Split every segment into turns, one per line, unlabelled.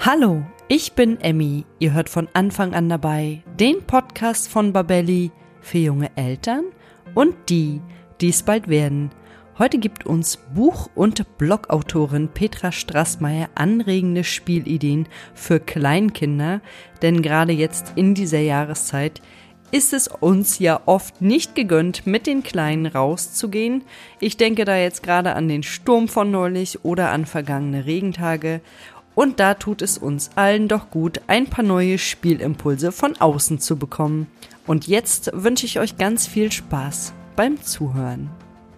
Hallo, ich bin Emmy. Ihr hört von Anfang an dabei den Podcast von Babelli für junge Eltern und die es bald werden. Heute gibt uns Buch- und Blogautorin Petra Straßmeier anregende Spielideen für Kleinkinder, denn gerade jetzt in dieser Jahreszeit ist es uns ja oft nicht gegönnt, mit den Kleinen rauszugehen. Ich denke da jetzt gerade an den Sturm von neulich oder an vergangene Regentage. Und da tut es uns allen doch gut, ein paar neue Spielimpulse von außen zu bekommen. Und jetzt wünsche ich euch ganz viel Spaß beim Zuhören.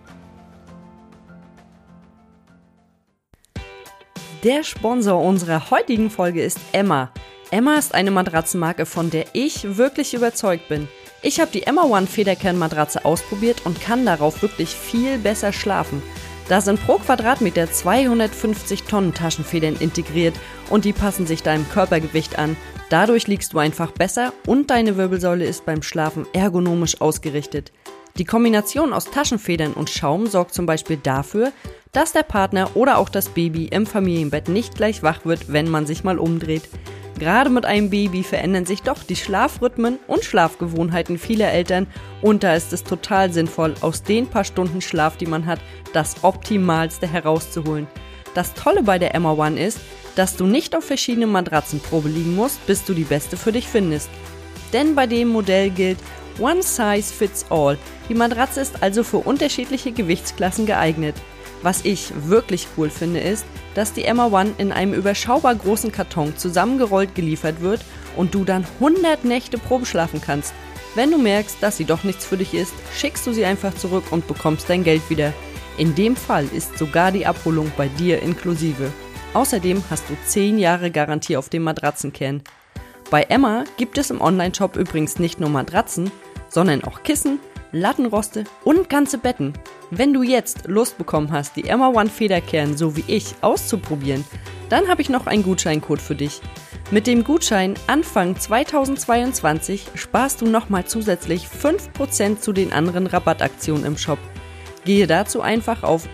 Der Sponsor unserer heutigen Folge ist Emma. Emma ist eine Matratzenmarke, von der ich wirklich überzeugt bin. Ich habe die Emma One Federkernmatratze ausprobiert und kann darauf wirklich viel besser schlafen. Da sind pro Quadratmeter 250 Tonnen Taschenfedern integriert und die passen sich deinem Körpergewicht an. Dadurch liegst du einfach besser und deine Wirbelsäule ist beim Schlafen ergonomisch ausgerichtet. Die Kombination aus Taschenfedern und Schaum sorgt zum Beispiel dafür, dass der Partner oder auch das Baby im Familienbett nicht gleich wach wird, wenn man sich mal umdreht. Gerade mit einem Baby verändern sich doch die Schlafrhythmen und Schlafgewohnheiten vieler Eltern und da ist es total sinnvoll, aus den paar Stunden Schlaf, die man hat, das Optimalste herauszuholen. Das Tolle bei der Emma One ist, dass du nicht auf verschiedenen Matratzenprobe liegen musst, bis du die beste für dich findest. Denn bei dem Modell gilt One Size Fits All. Die Matratze ist also für unterschiedliche Gewichtsklassen geeignet. Was ich wirklich cool finde ist, dass die Emma One in einem überschaubar großen Karton zusammengerollt geliefert wird und du dann 100 Nächte Probe schlafen kannst. Wenn du merkst, dass sie doch nichts für dich ist, schickst du sie einfach zurück und bekommst dein Geld wieder. In dem Fall ist sogar die Abholung bei dir inklusive. Außerdem hast du 10 Jahre Garantie auf den Matratzenkern. Bei Emma gibt es im Onlineshop übrigens nicht nur Matratzen, sondern auch Kissen, Lattenroste und ganze Betten. Wenn du jetzt Lust bekommen hast, die Emma One Federkern so wie ich auszuprobieren, dann habe ich noch einen Gutscheincode für dich. Mit dem Gutschein Anfang 2022 sparst du nochmal zusätzlich 5% zu den anderen Rabattaktionen im Shop. Gehe dazu einfach auf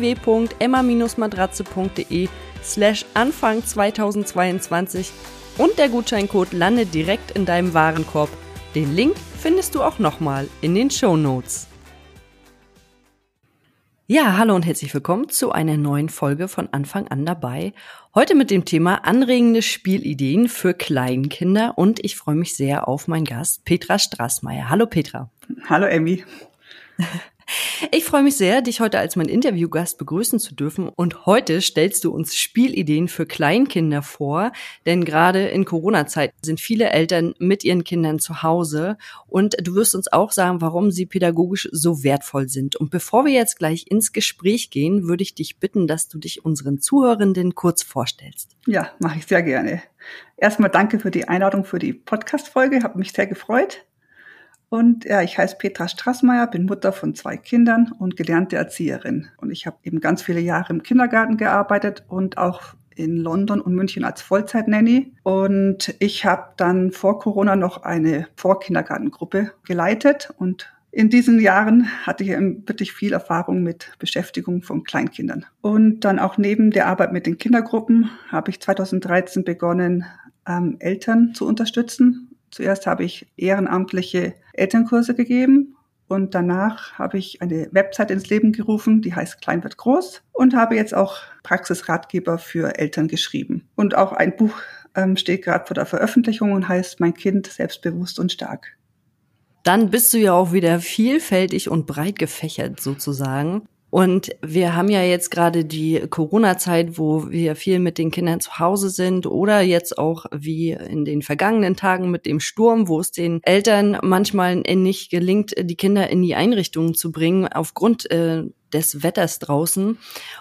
www.emma-matratze.de/Anfang 2022 und der Gutscheincode landet direkt in deinem Warenkorb. Den Link findest du auch nochmal in den Shownotes. Ja, hallo und herzlich willkommen zu einer neuen Folge von Anfang an dabei. Heute mit dem Thema anregende Spielideen für Kleinkinder und ich freue mich sehr auf meinen Gast Petra Straßmeier. Hallo Petra.
Hallo Emmy.
Ich freue mich sehr, dich heute als mein Interviewgast begrüßen zu dürfen und heute stellst du uns Spielideen für Kleinkinder vor, denn gerade in Corona-Zeit sind viele Eltern mit ihren Kindern zu Hause und du wirst uns auch sagen, warum sie pädagogisch so wertvoll sind. Und bevor wir jetzt gleich ins Gespräch gehen, würde ich dich bitten, dass du dich unseren Zuhörenden kurz vorstellst.
Ja, mache ich sehr gerne. Erstmal danke für die Einladung für die Podcast-Folge, habe mich sehr gefreut. Und ja, ich heiße Petra Straßmeier, bin Mutter von 2 Kindern und gelernte Erzieherin. Und ich habe eben ganz viele Jahre im Kindergarten gearbeitet und auch in London und München als Vollzeit-Nanny. Und ich habe dann vor Corona noch eine Vorkindergartengruppe geleitet. Und in diesen Jahren hatte ich wirklich viel Erfahrung mit Beschäftigung von Kleinkindern. Und dann auch neben der Arbeit mit den Kindergruppen habe ich 2013 begonnen, Eltern zu unterstützen. Zuerst habe ich ehrenamtliche Elternkurse gegeben und danach habe ich eine Website ins Leben gerufen, die heißt Klein wird groß und habe jetzt auch Praxisratgeber für Eltern geschrieben. Und auch ein Buch steht gerade vor der Veröffentlichung und heißt Mein Kind selbstbewusst und stark.
Dann bist du ja auch wieder vielfältig und breit gefächert sozusagen. Und wir haben ja jetzt gerade die Corona-Zeit, wo wir viel mit den Kindern zu Hause sind oder jetzt auch wie in den vergangenen Tagen mit dem Sturm, wo es den Eltern manchmal nicht gelingt, die Kinder in die Einrichtungen zu bringen aufgrund des Wetters draußen.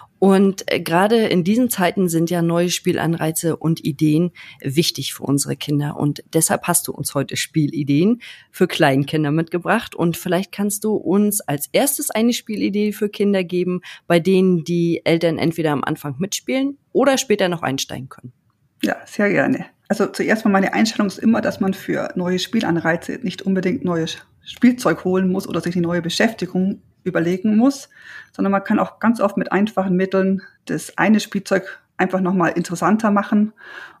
Und gerade in diesen Zeiten sind ja neue Spielanreize und Ideen wichtig für unsere Kinder. Und deshalb hast du uns heute Spielideen für Kleinkinder mitgebracht. Und vielleicht kannst du uns als erstes eine Spielidee für Kinder geben, bei denen die Eltern entweder am Anfang mitspielen oder später noch einsteigen können.
Ja, sehr gerne. Also zuerst mal meine Einstellung ist immer, dass man für neue Spielanreize nicht unbedingt neues Spielzeug holen muss oder sich eine neue Beschäftigung überlegen muss, sondern man kann auch ganz oft mit einfachen Mitteln das eine Spielzeug einfach nochmal interessanter machen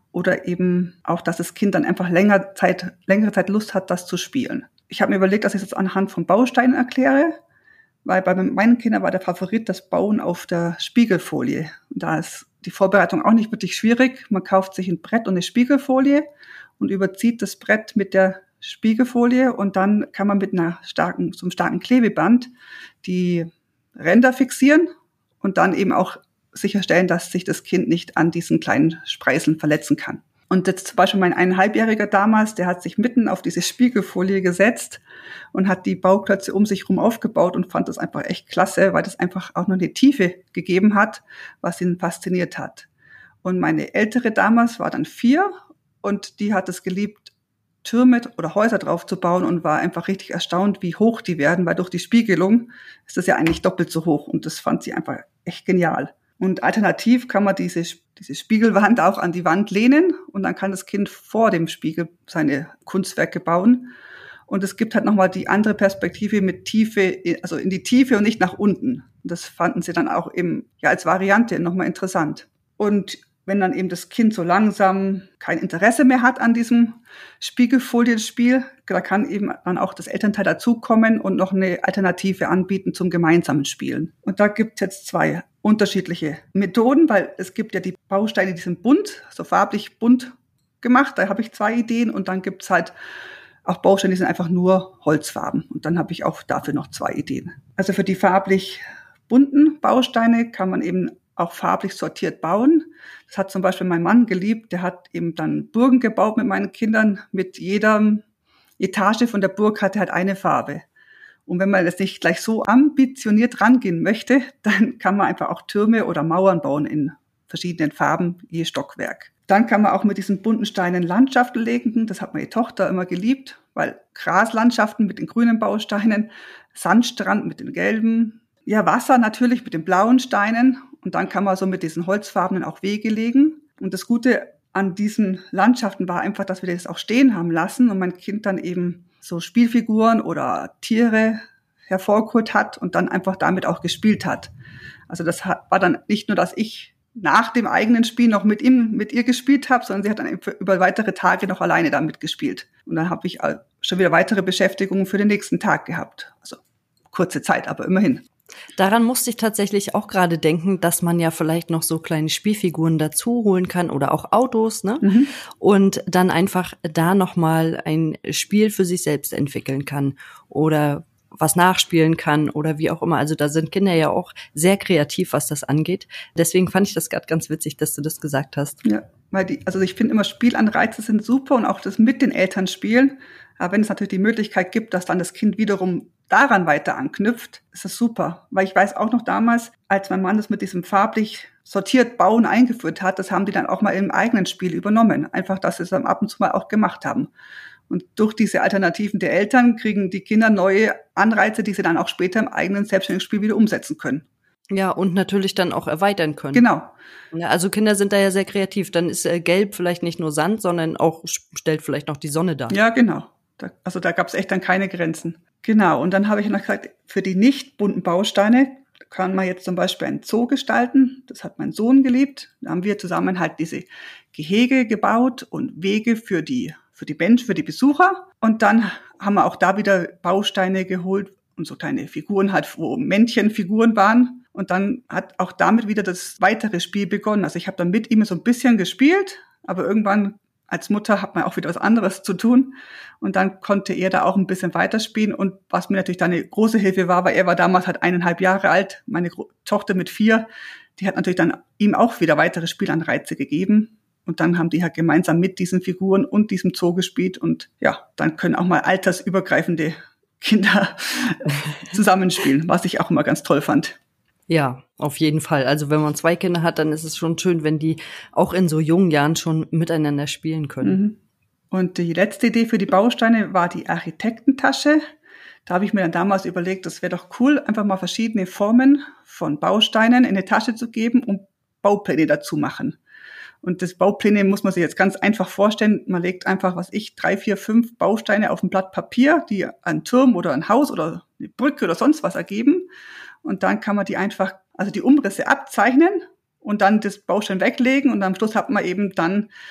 oder eben auch, dass das Kind dann einfach längere Zeit Lust hat, das zu spielen. Ich habe mir überlegt, dass ich das anhand von Bausteinen erkläre, weil bei meinen Kindern war der Favorit das Bauen auf der Spiegelfolie. Und da ist die Vorbereitung auch nicht wirklich schwierig. Man kauft sich ein Brett und eine Spiegelfolie und überzieht das Brett mit der Spiegelfolie und dann kann man mit so einem starken Klebeband die Ränder fixieren und dann eben auch sicherstellen, dass sich das Kind nicht an diesen kleinen Spreißeln verletzen kann. Und jetzt zum Beispiel mein 1,5-Jähriger damals, der hat sich mitten auf diese Spiegelfolie gesetzt und hat die Bauklötze um sich herum aufgebaut und fand das einfach echt klasse, weil das einfach auch noch eine Tiefe gegeben hat, was ihn fasziniert hat. Und meine Ältere damals war dann 4 und die hat es geliebt, Türme oder Häuser drauf zu bauen und war einfach richtig erstaunt, wie hoch die werden, weil durch die Spiegelung ist das ja eigentlich doppelt so hoch und das fand sie einfach echt genial. Und alternativ kann man diese Spiegelwand auch an die Wand lehnen und dann kann das Kind vor dem Spiegel seine Kunstwerke bauen. Und es gibt halt nochmal die andere Perspektive mit Tiefe, also in die Tiefe und nicht nach unten. Und das fanden sie dann auch eben als Variante nochmal interessant. Und wenn dann eben das Kind so langsam kein Interesse mehr hat an diesem Spiegelfolienspiel, da kann eben dann auch das Elternteil dazukommen und noch eine Alternative anbieten zum gemeinsamen Spielen. Und da gibt es jetzt 2 unterschiedliche Methoden, weil es gibt ja die Bausteine, die sind bunt, so farblich bunt gemacht. Da habe ich 2 Ideen und dann gibt es halt auch Bausteine, die sind einfach nur Holzfarben. Und dann habe ich auch dafür noch 2 Ideen. Also für die farblich bunten Bausteine kann man eben auch farblich sortiert bauen. Das hat zum Beispiel mein Mann geliebt. Der hat eben dann Burgen gebaut mit meinen Kindern. Mit jeder Etage von der Burg hatte halt eine Farbe. Und wenn man jetzt nicht gleich so ambitioniert rangehen möchte, dann kann man einfach auch Türme oder Mauern bauen in verschiedenen Farben, je Stockwerk. Dann kann man auch mit diesen bunten Steinen Landschaften legen. Das hat meine Tochter immer geliebt, weil Graslandschaften mit den grünen Bausteinen, Sandstrand mit den gelben, ja, Wasser natürlich mit den blauen Steinen. Und dann kann man so mit diesen Holzfarbenen auch Wege legen. Und das Gute an diesen Landschaften war einfach, dass wir das auch stehen haben lassen und mein Kind dann eben so Spielfiguren oder Tiere hervorgeholt hat und dann einfach damit auch gespielt hat. Also das war dann nicht nur, dass ich nach dem eigenen Spiel noch mit ihr gespielt habe, sondern sie hat dann über weitere Tage noch alleine damit gespielt. Und dann habe ich schon wieder weitere Beschäftigungen für den nächsten Tag gehabt. Also kurze Zeit, aber immerhin.
Daran musste ich tatsächlich auch gerade denken, dass man ja vielleicht noch so kleine Spielfiguren dazu holen kann oder auch Autos, ne? Mhm. Und dann einfach da nochmal ein Spiel für sich selbst entwickeln kann oder was nachspielen kann oder wie auch immer. Also da sind Kinder ja auch sehr kreativ, was das angeht. Deswegen fand ich das gerade ganz witzig, dass du das gesagt hast.
Ja, weil also ich finde immer Spielanreize sind super und auch das mit den Eltern spielen. Aber wenn es natürlich die Möglichkeit gibt, dass dann das Kind wiederum daran weiter anknüpft, ist das super. Weil ich weiß auch noch damals, als mein Mann das mit diesem farblich sortiert Bauen eingeführt hat, das haben die dann auch mal im eigenen Spiel übernommen. Einfach, dass sie es dann ab und zu mal auch gemacht haben. Und durch diese Alternativen der Eltern kriegen die Kinder neue Anreize, die sie dann auch später im eigenen selbstständigen Spiel wieder umsetzen können.
Ja, und natürlich dann auch erweitern können.
Genau.
Ja, also Kinder sind da ja sehr kreativ. Dann ist Gelb vielleicht nicht nur Sand, sondern auch stellt vielleicht noch die Sonne dar.
Ja, genau. Da gab es echt dann keine Grenzen. Genau, und dann habe ich noch gesagt, für die nicht bunten Bausteine kann man jetzt zum Beispiel ein Zoo gestalten. Das hat mein Sohn geliebt. Da haben wir zusammen halt diese Gehege gebaut und Wege für die Menschen, für die Besucher. Und dann haben wir auch da wieder Bausteine geholt und so kleine Figuren halt, wo Männchenfiguren waren. Und dann hat auch damit wieder das weitere Spiel begonnen. Also ich habe dann mit ihm so ein bisschen gespielt, aber irgendwann als Mutter hat man auch wieder was anderes zu tun. Und dann konnte er da auch ein bisschen weiterspielen. Und was mir natürlich dann eine große Hilfe war, weil er war damals halt 1,5 Jahre alt. Meine Tochter mit 4, die hat natürlich dann ihm auch wieder weitere Spielanreize gegeben. Und dann haben die halt gemeinsam mit diesen Figuren und diesem Zoo gespielt. Und ja, dann können auch mal altersübergreifende Kinder zusammenspielen, was ich auch immer ganz toll fand.
Ja, auf jeden Fall. Also wenn man 2 Kinder hat, dann ist es schon schön, wenn die auch in so jungen Jahren schon miteinander spielen können.
Mhm. Und die letzte Idee für die Bausteine war die Architektentasche. Da habe ich mir dann damals überlegt, das wäre doch cool, einfach mal verschiedene Formen von Bausteinen in eine Tasche zu geben und Baupläne dazu machen. Und das Baupläne muss man sich jetzt ganz einfach vorstellen. Man legt einfach, 3, 4, 5 Bausteine auf ein Blatt Papier, die einen Turm oder ein Haus oder eine Brücke oder sonst was ergeben. Und dann kann man die einfach, also die Umrisse abzeichnen und dann das Baustein weglegen. Und am Schluss hat man eben dann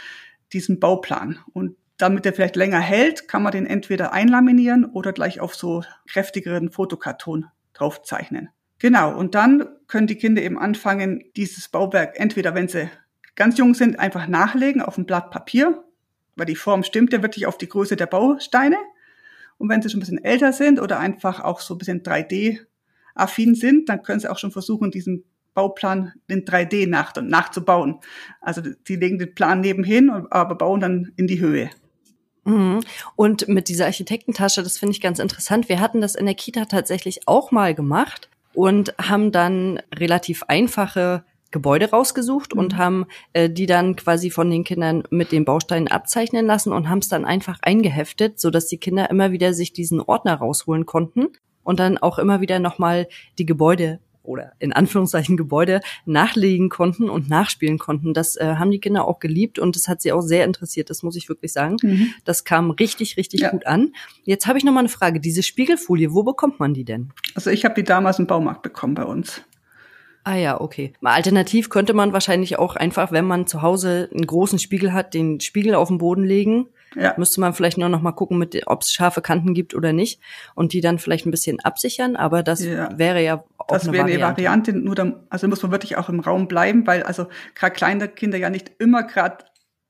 diesen Bauplan. Und damit der vielleicht länger hält, kann man den entweder einlaminieren oder gleich auf so kräftigeren Fotokarton draufzeichnen. Genau, und dann können die Kinder eben anfangen, dieses Bauwerk entweder, wenn sie ganz jung sind, einfach nachlegen auf ein Blatt Papier, weil die Form stimmt ja wirklich auf die Größe der Bausteine. Und wenn sie schon ein bisschen älter sind oder einfach auch so ein bisschen 3D-affin sind, dann können sie auch schon versuchen, diesen Bauplan in 3D nachzubauen. Also die legen den Plan nebenhin, aber bauen dann in die Höhe.
Und mit dieser Architektentasche, das finde ich ganz interessant. Wir hatten das in der Kita tatsächlich auch mal gemacht und haben dann relativ einfache Gebäude rausgesucht und haben die dann quasi von den Kindern mit den Bausteinen abzeichnen lassen und haben es dann einfach eingeheftet, sodass die Kinder immer wieder sich diesen Ordner rausholen konnten und dann auch immer wieder nochmal die Gebäude oder in Anführungszeichen Gebäude nachlegen konnten und nachspielen konnten. Das haben die Kinder auch geliebt und das hat sie auch sehr interessiert, das muss ich wirklich sagen. Das kam richtig, richtig gut an. Jetzt habe ich noch mal eine Frage. Diese Spiegelfolie, wo bekommt man die denn?
Also ich habe die damals im Baumarkt bekommen bei uns.
Ah ja, okay. Alternativ könnte man wahrscheinlich auch einfach, wenn man zu Hause einen großen Spiegel hat, den Spiegel auf den Boden legen. Ja. Müsste man vielleicht nur noch mal gucken, ob es scharfe Kanten gibt oder nicht und die dann vielleicht ein bisschen absichern, aber das wäre ja auch
das wäre eine Variante, nur dann, also muss man wirklich auch im Raum bleiben, weil also gerade kleine Kinder ja nicht immer gerade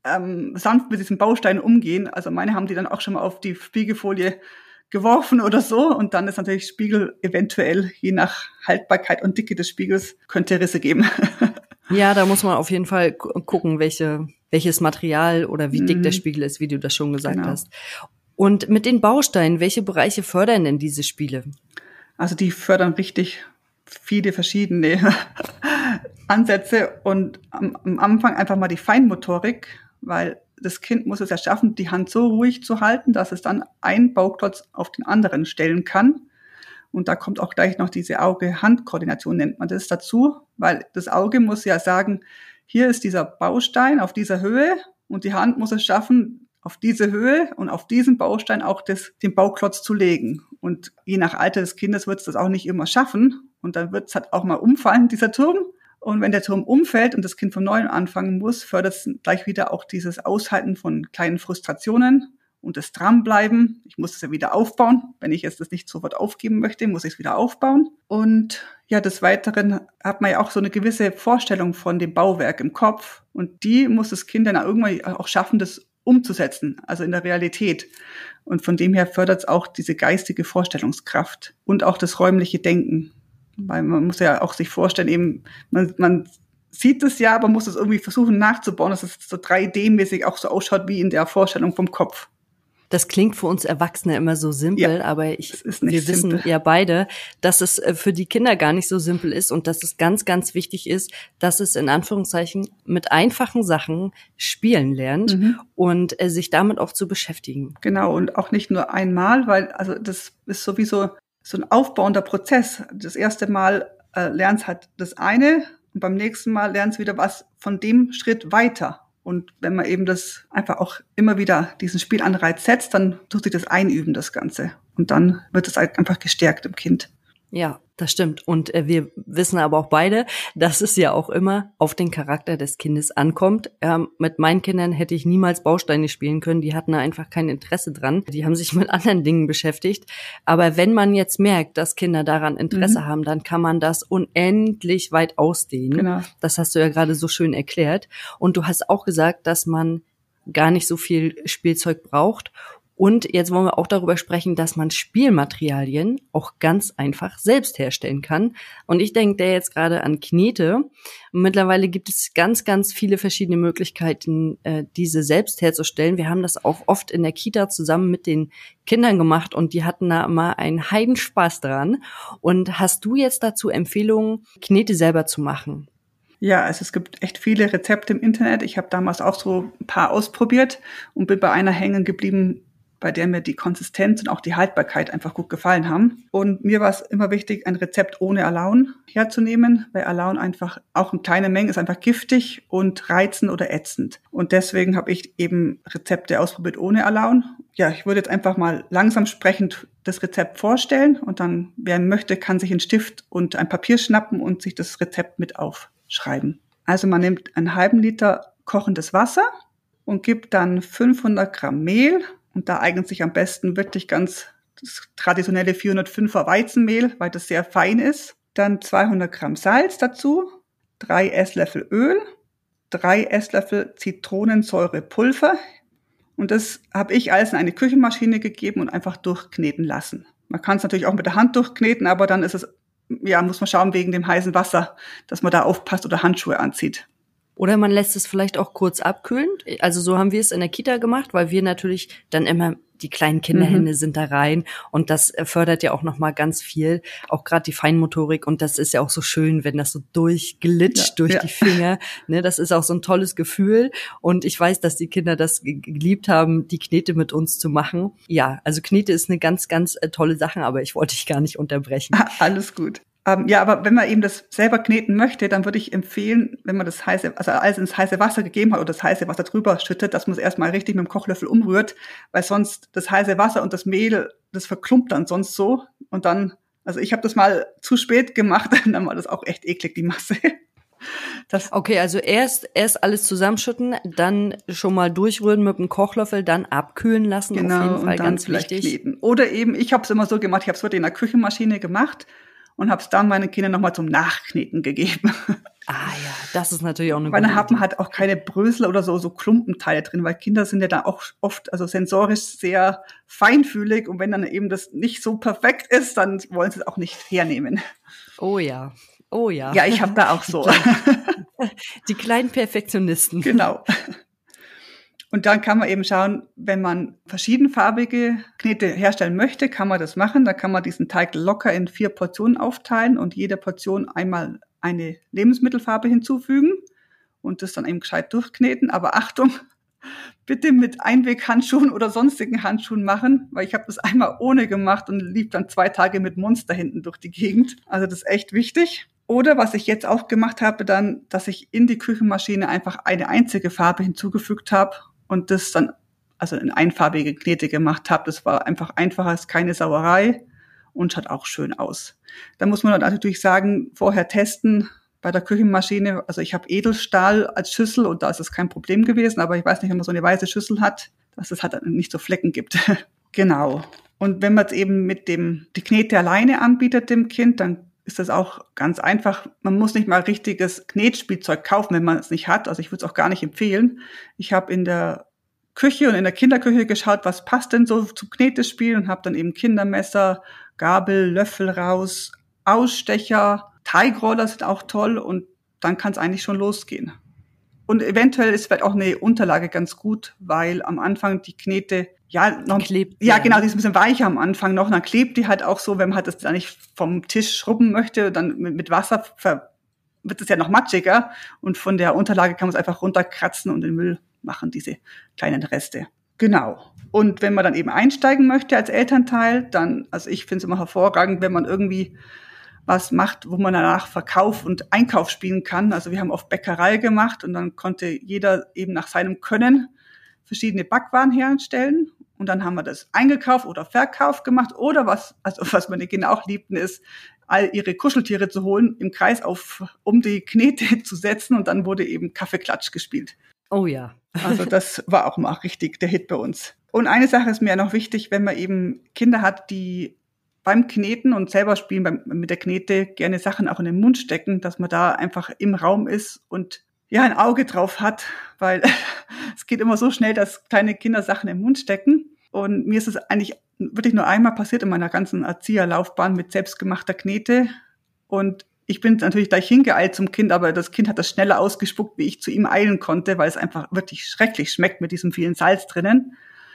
sanft mit diesen Bausteinen umgehen. Also meine haben die dann auch schon mal auf die Spiegelfolie geworfen oder so und dann ist natürlich Spiegel eventuell, je nach Haltbarkeit und Dicke des Spiegels, könnte Risse geben.
Ja, da muss man auf jeden Fall gucken, welches Material oder wie dick der Spiegel ist, wie du das schon gesagt hast. Und mit den Bausteinen, welche Bereiche fördern denn diese Spiele?
Also die fördern richtig viele verschiedene Ansätze und am Anfang einfach mal die Feinmotorik, weil das Kind muss es ja schaffen, die Hand so ruhig zu halten, dass es dann einen Bauklotz auf den anderen stellen kann. Und da kommt auch gleich noch diese Auge-Hand-Koordination, nennt man das dazu, weil das Auge muss ja sagen, hier ist dieser Baustein auf dieser Höhe und die Hand muss es schaffen, auf diese Höhe und auf diesen Baustein auch den Bauklotz zu legen. Und je nach Alter des Kindes wird es das auch nicht immer schaffen. Und dann wird es halt auch mal umfallen, dieser Turm. Und wenn der Turm umfällt und das Kind von neuem anfangen muss, fördert es gleich wieder auch dieses Aushalten von kleinen Frustrationen und das Dranbleiben. Ich muss es ja wieder aufbauen. Wenn ich jetzt das nicht sofort aufgeben möchte, muss ich es wieder aufbauen. Und ja, des Weiteren hat man ja auch so eine gewisse Vorstellung von dem Bauwerk im Kopf. Und die muss das Kind dann irgendwann auch schaffen, das umzusetzen, also in der Realität. Und von dem her fördert es auch diese geistige Vorstellungskraft und auch das räumliche Denken. Weil man muss ja auch sich vorstellen, eben, man sieht es ja, aber muss es irgendwie versuchen nachzubauen, dass es so 3D-mäßig auch so ausschaut wie in der Vorstellung vom Kopf.
Das klingt für uns Erwachsene immer so simpel, aber wir wissen ja beide, dass es für die Kinder gar nicht so simpel ist und dass es ganz, ganz wichtig ist, dass es in Anführungszeichen mit einfachen Sachen spielen lernt und sich damit auch zu beschäftigen.
Genau, und auch nicht nur einmal, weil also das ist sowieso so ein aufbauender Prozess. Das erste Mal lernt es halt das eine und beim nächsten Mal lernt es wieder was von dem Schritt weiter. Und wenn man eben das einfach auch immer wieder diesen Spielanreiz setzt, dann tut sich das einüben, das Ganze. Und dann wird es halt einfach gestärkt im Kind.
Ja, das stimmt. Und wir wissen aber auch beide, dass es ja auch immer auf den Charakter des Kindes ankommt. Mit meinen Kindern hätte ich niemals Bausteine spielen können. Die hatten da einfach kein Interesse dran. Die haben sich mit anderen Dingen beschäftigt. Aber wenn man jetzt merkt, dass Kinder daran Interesse haben, dann kann man das unendlich weit ausdehnen. Genau. Das hast du ja gerade so schön erklärt. Und du hast auch gesagt, dass man gar nicht so viel Spielzeug braucht. Und jetzt wollen wir auch darüber sprechen, dass man Spielmaterialien auch ganz einfach selbst herstellen kann. Und ich denke da jetzt gerade an Knete. Mittlerweile gibt es ganz, ganz viele verschiedene Möglichkeiten, diese selbst herzustellen. Wir haben das auch oft in der Kita zusammen mit den Kindern gemacht und die hatten da immer einen Heidenspaß dran. Und hast du jetzt dazu Empfehlungen, Knete selber zu machen?
Ja, also es gibt echt viele Rezepte im Internet. Ich habe damals auch so ein paar ausprobiert und bin bei einer hängen geblieben, bei der mir die Konsistenz und auch die Haltbarkeit einfach gut gefallen haben. Und mir war es immer wichtig, ein Rezept ohne Alaun herzunehmen, weil Alaun einfach auch in kleinen Mengen ist einfach giftig und reizend oder ätzend. Und deswegen habe ich eben Rezepte ausprobiert ohne Alaun. Ja, ich würde jetzt einfach mal langsam sprechend das Rezept vorstellen und dann, wer möchte, kann sich einen Stift und ein Papier schnappen und sich das Rezept mit aufschreiben. Also man nimmt einen halben Liter kochendes Wasser, und gebe dann 500 Gramm Mehl. Und da eignet sich am besten wirklich ganz das traditionelle 405er Weizenmehl, weil das sehr fein ist. Dann 200 Gramm Salz dazu, 3 Esslöffel Öl, 3 Esslöffel Zitronensäurepulver. Und das habe ich alles in eine Küchenmaschine gegeben und einfach durchkneten lassen. Man kann es natürlich auch mit der Hand durchkneten, aber dann ist es, ja, muss man schauen wegen dem heißen Wasser, dass man da aufpasst oder Handschuhe anzieht.
Oder man lässt es vielleicht auch kurz abkühlen. Also so haben wir es in der Kita gemacht, weil wir natürlich dann immer, die kleinen Kinderhände sind da rein und das fördert ja auch nochmal ganz viel, auch gerade die Feinmotorik und das ist ja auch so schön, wenn das so durchglitscht durch die Finger. Ne, das ist auch so ein tolles Gefühl und ich weiß, dass die Kinder das geliebt haben, die Knete mit uns zu machen. Ja, also Knete ist eine ganz, ganz tolle Sache, aber ich wollte dich gar nicht unterbrechen.
Alles gut. Ja, aber wenn man eben das selber kneten möchte, dann würde ich empfehlen, wenn man das heiße, also alles ins heiße Wasser gegeben hat oder das heiße Wasser drüber schüttet, dass man es erstmal richtig mit dem Kochlöffel umrührt, weil sonst das heiße Wasser und das Mehl, das verklumpt dann sonst so. Und dann, also ich habe das mal zu spät gemacht, dann war das auch echt eklig, die Masse.
Okay, also erst alles zusammenschütten, dann schon mal durchrühren mit dem Kochlöffel, dann abkühlen lassen,
genau,
auf jeden Fall
und dann
ganz
vielleicht
wichtig.
Kneten. Oder eben, ich habe es immer so gemacht, ich habe es wirklich in der Küchenmaschine gemacht und habe es dann meinen Kindern nochmal zum Nachkneten gegeben.
Ah ja, das ist natürlich auch eine
Weil
gute
dann hat man
Idee.
halt auch keine Brösel oder so Klumpenteile drin, weil Kinder sind ja da auch oft, also sensorisch sehr feinfühlig und wenn dann eben das nicht so perfekt ist, dann wollen sie es auch nicht hernehmen.
Oh ja, oh ja.
Ja, ich habe da auch so.
Die kleinen Perfektionisten.
Genau. Und dann kann man eben schauen, wenn man verschiedenfarbige Knete herstellen möchte, kann man das machen. Da kann man diesen Teig locker in 4 Portionen aufteilen und jede Portion einmal eine Lebensmittelfarbe hinzufügen und das dann eben gescheit durchkneten. Aber Achtung, bitte mit Einweghandschuhen oder sonstigen Handschuhen machen, weil ich habe das einmal ohne gemacht und lief dann 2 Tage mit Monster hinten durch die Gegend. Also das ist echt wichtig. Oder was ich jetzt auch gemacht habe, dann, dass ich in die Küchenmaschine einfach eine einzige Farbe hinzugefügt habe und das dann also in einfarbige Knete gemacht habe. Das war einfach einfacher, ist keine Sauerei und schaut auch schön aus. Da muss man dann natürlich sagen, vorher testen bei der Küchenmaschine. Also ich habe Edelstahl als Schüssel und da ist es kein Problem gewesen, aber ich weiß nicht, wenn man so eine weiße Schüssel hat, dass es halt nicht so Flecken gibt. Genau. Und wenn man es eben mit die Knete alleine anbietet dem Kind, dann ist das auch ganz einfach. Man muss nicht mal richtiges Knetspielzeug kaufen, wenn man es nicht hat. Also ich würde es auch gar nicht empfehlen. Ich habe in der Küche und in der Kinderküche geschaut, was passt denn so zum Knetespiel und habe dann eben Kindermesser, Gabel, Löffel raus, Ausstecher, Teigroller sind auch toll und dann kann es eigentlich schon losgehen. Und eventuell ist vielleicht auch eine Unterlage ganz gut, weil am Anfang die Knete ja noch
klebt.
Ja, genau, die ist ein bisschen weicher am Anfang noch. Dann klebt die halt auch so, wenn man halt das dann nicht vom Tisch schrubben möchte, dann mit Wasser wird es ja noch matschiger. Und von der Unterlage kann man es einfach runterkratzen und in den Müll machen, diese kleinen Reste. Genau. Und wenn man dann eben einsteigen möchte als Elternteil, dann, also ich finde es immer hervorragend, wenn man irgendwie was macht, wo man danach Verkauf und Einkauf spielen kann. Also wir haben oft Bäckerei gemacht und dann konnte jeder eben nach seinem Können verschiedene Backwaren herstellen und dann haben wir das eingekauft oder verkauft gemacht oder was meine Kinder auch liebten, ist, all ihre Kuscheltiere zu holen, im Kreis um die Knete zu setzen und dann wurde eben Kaffeeklatsch gespielt.
Oh ja.
Also das war auch mal richtig der Hit bei uns. Und eine Sache ist mir noch wichtig, wenn man eben Kinder hat, die beim Kneten und selber spielen mit der Knete gerne Sachen auch in den Mund stecken, dass man da einfach im Raum ist und ja, ein Auge drauf hat, weil es geht immer so schnell, dass kleine Kinder Sachen im Mund stecken. Und mir ist es eigentlich wirklich nur einmal passiert in meiner ganzen Erzieherlaufbahn mit selbstgemachter Knete. Und ich bin natürlich gleich hingeeilt zum Kind, aber das Kind hat das schneller ausgespuckt, wie ich zu ihm eilen konnte, weil es einfach wirklich schrecklich schmeckt mit diesem vielen Salz drinnen.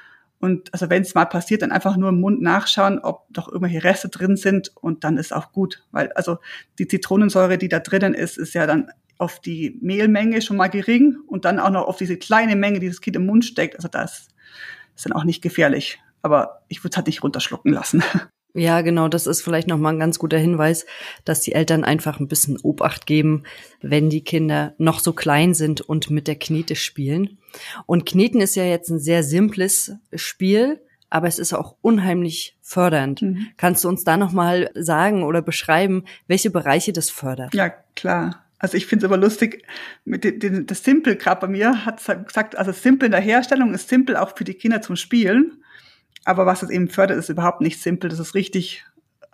Und also wenn es mal passiert, dann einfach nur im Mund nachschauen, ob doch irgendwelche Reste drin sind und dann ist auch gut. Weil also die Zitronensäure, die da drinnen ist ja dann auf die Mehlmenge schon mal gering und dann auch noch auf diese kleine Menge, die das Kind im Mund steckt. Also das ist dann auch nicht gefährlich. Aber ich würde es halt nicht runterschlucken lassen.
Ja, genau, das ist vielleicht nochmal ein ganz guter Hinweis, dass die Eltern einfach ein bisschen Obacht geben, wenn die Kinder noch so klein sind und mit der Knete spielen. Und Kneten ist ja jetzt ein sehr simples Spiel, aber es ist auch unheimlich fördernd. Kannst du uns da nochmal sagen oder beschreiben, welche Bereiche das fördert?
Ja, klar. Also ich finde es aber lustig, das Simple gerade bei mir hat gesagt, also Simple in der Herstellung ist Simple auch für die Kinder zum Spielen. Aber was es eben fördert, ist überhaupt nicht Simple. Das ist richtig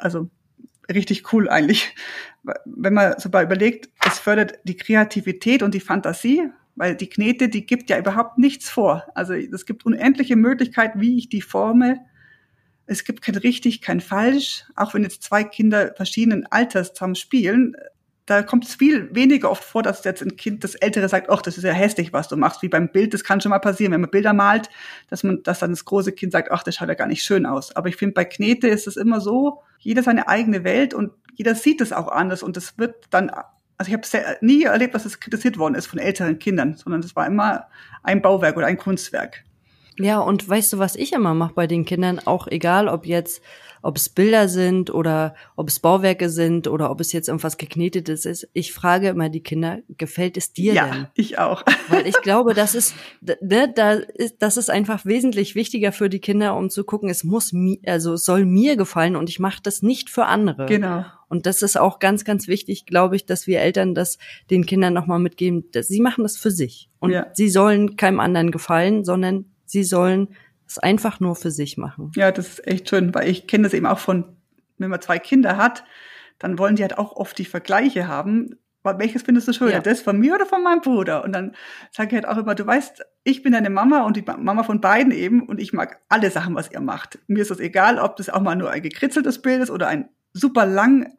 cool eigentlich. Wenn man so mal überlegt, es fördert die Kreativität und die Fantasie, weil die Knete, die gibt ja überhaupt nichts vor. Also es gibt unendliche Möglichkeiten, wie ich die forme. Es gibt kein richtig, kein falsch. Auch wenn jetzt zwei Kinder verschiedenen Alters zusammen spielen, da kommt es viel weniger oft vor, dass jetzt ein Kind, das Ältere sagt, ach, das ist ja hässlich, was du machst, wie beim Bild. Das kann schon mal passieren, wenn man Bilder malt, dass dann das große Kind sagt, ach, das schaut ja gar nicht schön aus. Aber ich finde, bei Knete ist es immer so, jeder seine eigene Welt und jeder sieht es auch anders und das wird dann, also ich habe nie erlebt, dass es kritisiert worden ist von älteren Kindern, sondern das war immer ein Bauwerk oder ein Kunstwerk.
Ja, und weißt du, was ich immer mache bei den Kindern, auch egal, ob es Bilder sind oder ob es Bauwerke sind oder ob es jetzt irgendwas Geknetetes ist, ich frage immer die Kinder, gefällt es dir denn?
Ja, ich auch.
Weil ich glaube, das ist einfach wesentlich wichtiger für die Kinder, um zu gucken, es soll mir gefallen und ich mache das nicht für andere.
Genau.
Und das ist auch ganz, ganz wichtig, glaube ich, dass wir Eltern das den Kindern nochmal mitgeben, dass sie machen das für sich. Und sie sollen keinem anderen gefallen, sondern sie sollen es einfach nur für sich machen.
Ja, das ist echt schön, weil ich kenne das eben auch wenn man 2 Kinder hat, dann wollen die halt auch oft die Vergleiche haben. Welches findest du schöner? Ja. Das von mir oder von meinem Bruder? Und dann sage ich halt auch immer, du weißt, ich bin deine Mama und die Mama von beiden eben und ich mag alle Sachen, was ihr macht. Mir ist das egal, ob das auch mal nur ein gekritzeltes Bild ist oder ein super lang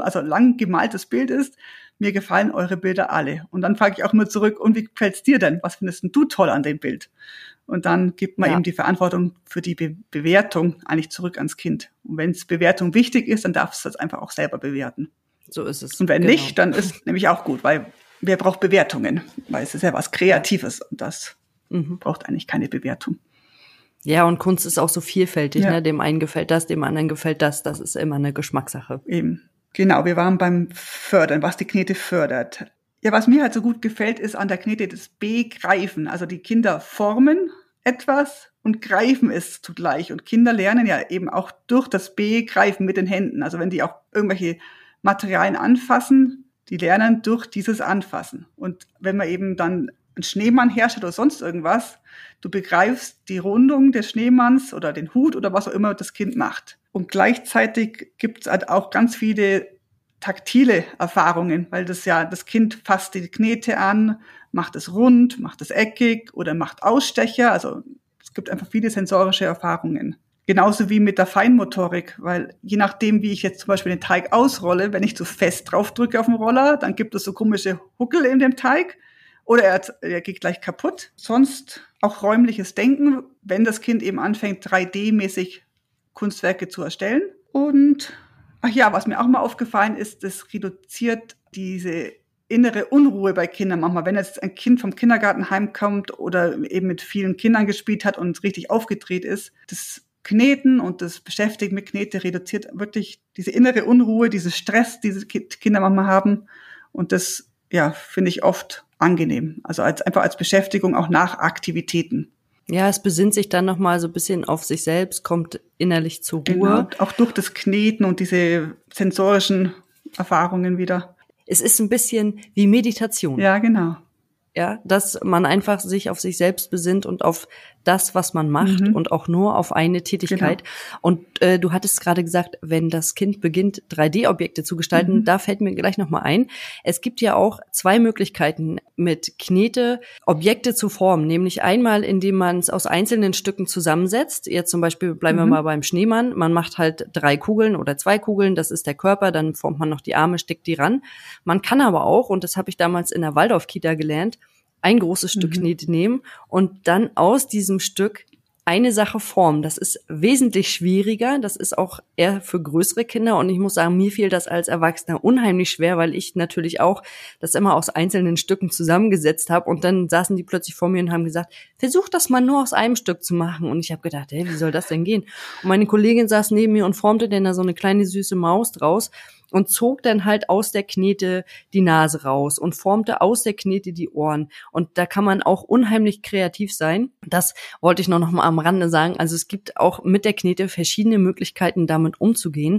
gemaltes Bild ist. Mir gefallen eure Bilder alle. Und dann frage ich auch immer zurück, und wie gefällt's dir denn? Was findest denn du toll an dem Bild? Und dann gibt man eben die Verantwortung für die Bewertung eigentlich zurück ans Kind. Und wenn es Bewertung wichtig ist, dann darf es das einfach auch selber bewerten.
So ist es.
Und wenn nicht, dann ist nämlich auch gut, weil wer braucht Bewertungen? Weil es ist ja was Kreatives und das braucht eigentlich keine Bewertung.
Ja, und Kunst ist auch so vielfältig, ne? Dem einen gefällt das, dem anderen gefällt das. Das ist immer eine Geschmackssache.
Eben. Genau, wir waren beim Fördern, was die Knete fördert. Ja, was mir halt so gut gefällt, ist an der Knete das Begreifen. Also die Kinder formen etwas und greifen es zugleich. Und Kinder lernen ja eben auch durch das Begreifen mit den Händen. Also wenn die auch irgendwelche Materialien anfassen, die lernen durch dieses Anfassen. Und wenn man eben dann einen Schneemann herstellt oder sonst irgendwas, du begreifst die Rundung des Schneemanns oder den Hut oder was auch immer das Kind macht. Und gleichzeitig gibt es halt auch ganz viele taktile Erfahrungen, weil das Kind fasst die Knete an, macht es rund, macht es eckig oder macht Ausstecher. Also es gibt einfach viele sensorische Erfahrungen. Genauso wie mit der Feinmotorik, weil je nachdem, wie ich jetzt zum Beispiel den Teig ausrolle, wenn ich zu fest drauf drücke auf den Roller, dann gibt es so komische Huckel in dem Teig oder er geht gleich kaputt. Sonst auch räumliches Denken, wenn das Kind eben anfängt, 3D-mäßig Kunstwerke zu erstellen. Und was mir auch mal aufgefallen ist, das reduziert diese innere Unruhe bei Kindern manchmal. Wenn jetzt ein Kind vom Kindergarten heimkommt oder eben mit vielen Kindern gespielt hat und richtig aufgedreht ist, das Kneten und das Beschäftigen mit Knete reduziert wirklich diese innere Unruhe, diesen Stress, die Kinder manchmal haben. Und das, finde ich oft angenehm. Also einfach als Beschäftigung auch nach Aktivitäten.
Ja, es besinnt sich dann nochmal so ein bisschen auf sich selbst, kommt innerlich zur Ruhe.
Genau, auch durch das Kneten und diese sensorischen Erfahrungen wieder.
Es ist ein bisschen wie Meditation.
Ja, genau.
Ja, dass man einfach sich auf sich selbst besinnt und auf das, was man macht und auch nur auf eine Tätigkeit. Genau. Und du hattest gerade gesagt, wenn das Kind beginnt, 3D-Objekte zu gestalten, da fällt mir gleich nochmal ein. Es gibt ja auch 2 Möglichkeiten, mit Knete Objekte zu formen. Nämlich einmal, indem man es aus einzelnen Stücken zusammensetzt. Jetzt zum Beispiel bleiben wir mal beim Schneemann. Man macht halt 3 Kugeln oder 2 Kugeln, das ist der Körper, dann formt man noch die Arme, steckt die ran. Man kann aber auch, und das habe ich damals in der Waldorf-Kita gelernt, ein großes Stück Knete nehmen und dann aus diesem Stück eine Sache formen. Das ist wesentlich schwieriger. Das ist auch eher für größere Kinder. Und ich muss sagen, mir fiel das als Erwachsener unheimlich schwer, weil ich natürlich auch das immer aus einzelnen Stücken zusammengesetzt habe. Und dann saßen die plötzlich vor mir und haben gesagt, versuch das mal nur aus einem Stück zu machen. Und ich habe gedacht, wie soll das denn gehen? Und meine Kollegin saß neben mir und formte dann da so eine kleine süße Maus draus und zog dann halt aus der Knete die Nase raus und formte aus der Knete die Ohren. Und da kann man auch unheimlich kreativ sein. Das wollte ich noch mal am Rande sagen. Also es gibt auch mit der Knete verschiedene Möglichkeiten, damit umzugehen.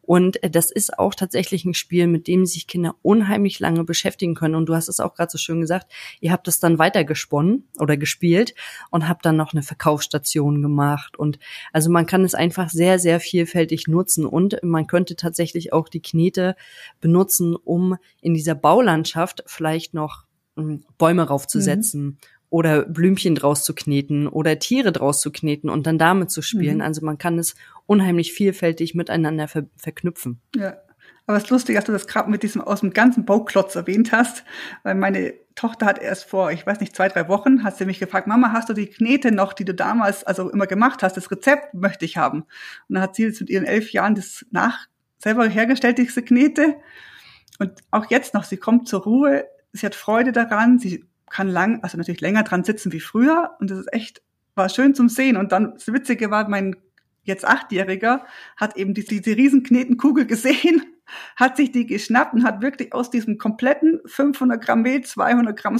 Und das ist auch tatsächlich ein Spiel, mit dem sich Kinder unheimlich lange beschäftigen können. Und du hast es auch gerade so schön gesagt, ihr habt es dann weiter gesponnen oder gespielt und habt dann noch eine Verkaufsstation gemacht. Und also man kann es einfach sehr, sehr vielfältig nutzen. Und man könnte tatsächlich auch die Knete benutzen, um in dieser Baulandschaft vielleicht noch Bäume raufzusetzen. Oder Blümchen draus zu kneten oder Tiere draus zu kneten und dann damit zu spielen. Also man kann es unheimlich vielfältig miteinander verknüpfen.
Ja, aber es ist lustig, dass du das gerade mit diesem aus dem ganzen Bauklotz erwähnt hast, weil meine Tochter hat erst vor, 2-3 Wochen, hat sie mich gefragt, Mama, hast du die Knete noch, die du damals also immer gemacht hast? Das Rezept möchte ich haben. Und dann hat sie jetzt mit ihren 11 Jahren das selber hergestellt, diese Knete. Und auch jetzt noch, sie kommt zur Ruhe, sie hat Freude daran, sie kann natürlich länger dran sitzen wie früher und das ist war schön zum Sehen. Und dann, das Witzige war, mein jetzt 8-Jähriger hat eben diese riesen Knetenkugel gesehen, hat sich die geschnappt und hat wirklich aus diesem kompletten 500 Gramm Mehl, 200 Gramm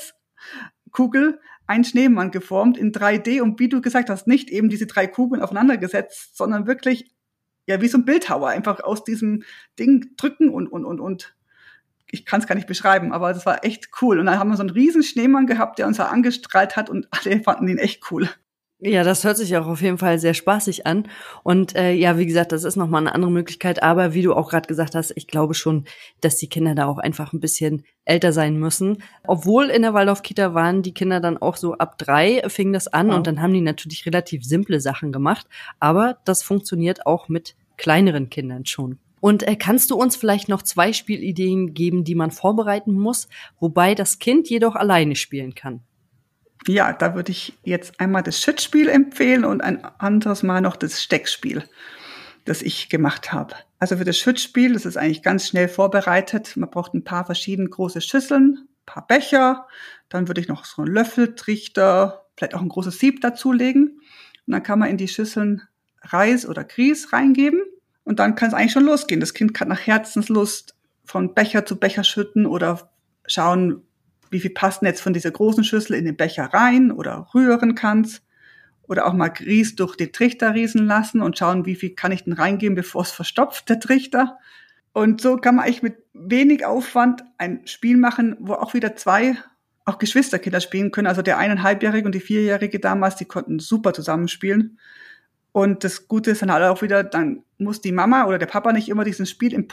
Salzkugel einen Schneemann geformt in 3D und wie du gesagt hast, nicht eben diese 3 Kugeln aufeinander gesetzt, sondern wirklich, ja, wie so ein Bildhauer, einfach aus diesem Ding drücken und ich kann es gar nicht beschreiben, aber das war echt cool. Und dann haben wir so einen riesen Schneemann gehabt, der uns da angestrahlt hat und alle fanden ihn echt cool.
Ja, das hört sich auch auf jeden Fall sehr spaßig an. Und ja, wie gesagt, das ist nochmal eine andere Möglichkeit. Aber wie du auch gerade gesagt hast, ich glaube schon, dass die Kinder da auch einfach ein bisschen älter sein müssen. Obwohl in der Waldorf-Kita waren die Kinder dann auch so ab 3 fing das an. Und dann haben die natürlich relativ simple Sachen gemacht. Aber das funktioniert auch mit kleineren Kindern schon. Und kannst du uns vielleicht noch 2 Spielideen geben, die man vorbereiten muss, wobei das Kind jedoch alleine spielen kann?
Ja, da würde ich jetzt einmal das Schützspiel empfehlen und ein anderes Mal noch das Steckspiel, das ich gemacht habe. Also für das Schützspiel, das ist eigentlich ganz schnell vorbereitet. Man braucht ein paar verschiedene große Schüsseln, ein paar Becher. Dann würde ich noch so einen Löffel, Trichter, vielleicht auch ein großes Sieb dazulegen. Und dann kann man in die Schüsseln Reis oder Grieß reingeben. Und dann kann es eigentlich schon losgehen. Das Kind kann nach Herzenslust von Becher zu Becher schütten oder schauen, wie viel passt denn jetzt von dieser großen Schüssel in den Becher rein oder rühren kann's. Oder auch mal Grieß durch den Trichter rieseln lassen und schauen, wie viel kann ich denn reingeben, bevor es verstopft, der Trichter. Und so kann man eigentlich mit wenig Aufwand ein Spiel machen, wo auch wieder 2 auch Geschwisterkinder spielen können. Also der 1,5-Jährige und die 4-Jährige damals, die konnten super zusammenspielen. Und das Gute ist dann halt auch wieder, dann muss die Mama oder der Papa nicht immer diesen